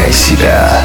Включай себя.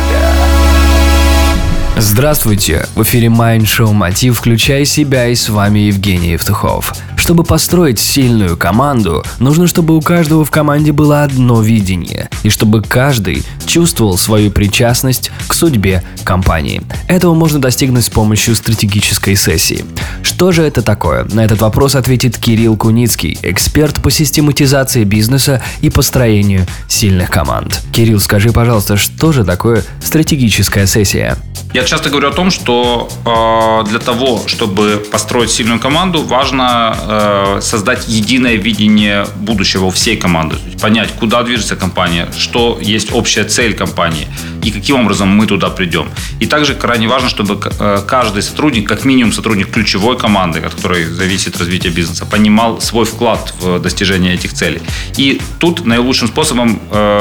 Здравствуйте! В эфире Mind Show Мотив «Включай себя» и с вами Евгений Евтухов. Чтобы построить сильную команду, нужно, чтобы у каждого в команде было одно видение, и чтобы каждый чувствовал свою причастность к судьбе компании. Этого можно достигнуть с помощью стратегической сессии. Что же это такое? На этот вопрос ответит Кирилл Куницкий, эксперт по систематизации бизнеса и построению сильных команд. Кирилл, скажи, пожалуйста, что же такое стратегическая сессия? Я часто говорю о том, что для того, чтобы построить сильную команду, важно создать единое видение будущего у всей команды. То есть понять, куда движется компания, что есть общая цель компании и каким образом мы туда придем. И также крайне важно, чтобы каждый сотрудник, как минимум сотрудник ключевой команды, от которой зависит развитие бизнеса, понимал свой вклад в достижение этих целей. И тут наилучшим способом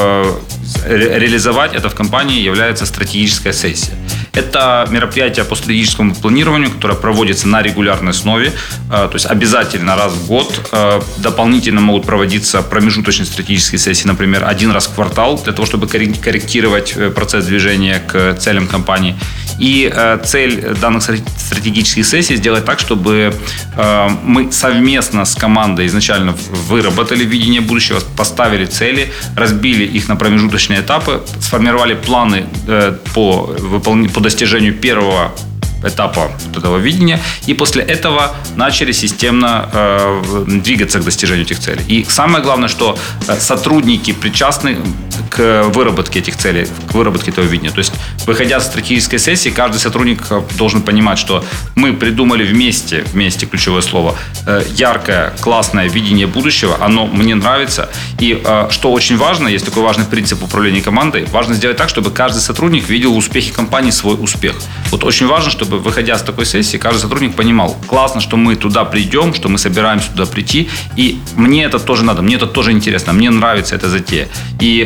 реализовать это в компании является стратегическая сессия. Это мероприятие по стратегическому планированию, которое проводится на регулярной основе, то есть обязательно раз в год. Дополнительно могут проводиться промежуточные стратегические сессии, например, один раз в квартал, для того, чтобы корректировать процесс движения к целям компании. И цель данных стратегических сессий сделать так, чтобы мы совместно с командой изначально выработали видение будущего, поставили цели, разбили их на промежуточные этапы, сформировали планы по достижению первого этапа этого видения, и после этого начали системно двигаться к достижению этих целей. И самое главное, что сотрудники причастны к выработке этих целей, к выработке этого видения. То есть, выходя с стратегической сессии, каждый сотрудник должен понимать, что мы придумали вместе ключевое слово, яркое, классное видение будущего, оно мне нравится. И что очень важно, есть такой важный принцип управления командой, важно сделать так, чтобы каждый сотрудник видел в успехе компании свой успех. Вот очень важно, чтобы, выходя с такой сессии, каждый сотрудник понимал, классно, что мы туда придем, что мы собираемся туда прийти, и мне это тоже надо, мне это тоже интересно, мне нравится эта затея. И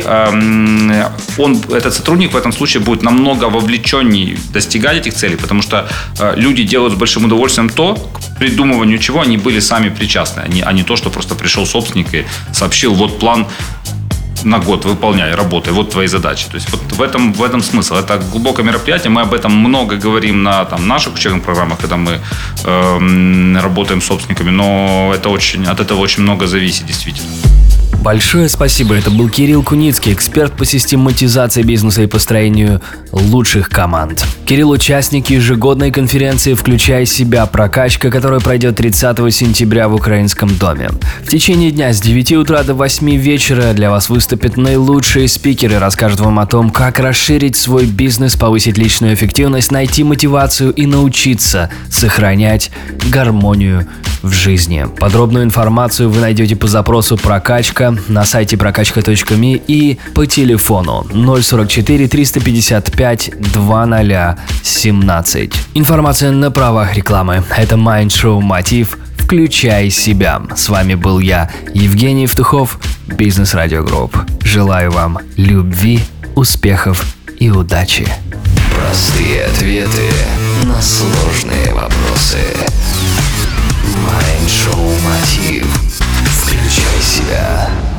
этот сотрудник в этом случае будет намного вовлеченнее достигать этих целей, потому что люди делают с большим удовольствием то, к придумыванию чего они были сами причастны, а не то, что просто пришел собственник и сообщил, вот план на год, выполняй, работай, вот твои задачи. То есть вот в этом смысл. Это глубокое мероприятие, мы об этом много говорим на наших учебных программах, когда мы работаем с собственниками, но от этого очень много зависит действительно. Большое спасибо. Это был Кирилл Куницкий, эксперт по систематизации бизнеса и построению лучших команд. Кирилл – участник ежегодной конференции «Включай себя. Прокачка», которая пройдет 30 сентября в Украинском доме. В течение дня с 9 утра до 8 вечера для вас выступят наилучшие спикеры, расскажут вам о том, как расширить свой бизнес, повысить личную эффективность, найти мотивацию и научиться сохранять гармонию в жизни. Подробную информацию вы найдете по запросу «Прокачка» на сайте прокачка.ми и по телефону 044 355 2017. Информация на правах рекламы. Это Mind Show Мотив «Включай себя». С вами был я, Евгений Евтухов, Бизнес Радио Групп. Желаю вам любви, успехов и удачи. Простые ответы на сложные вопросы. Mind Show Мотив. Включай себя.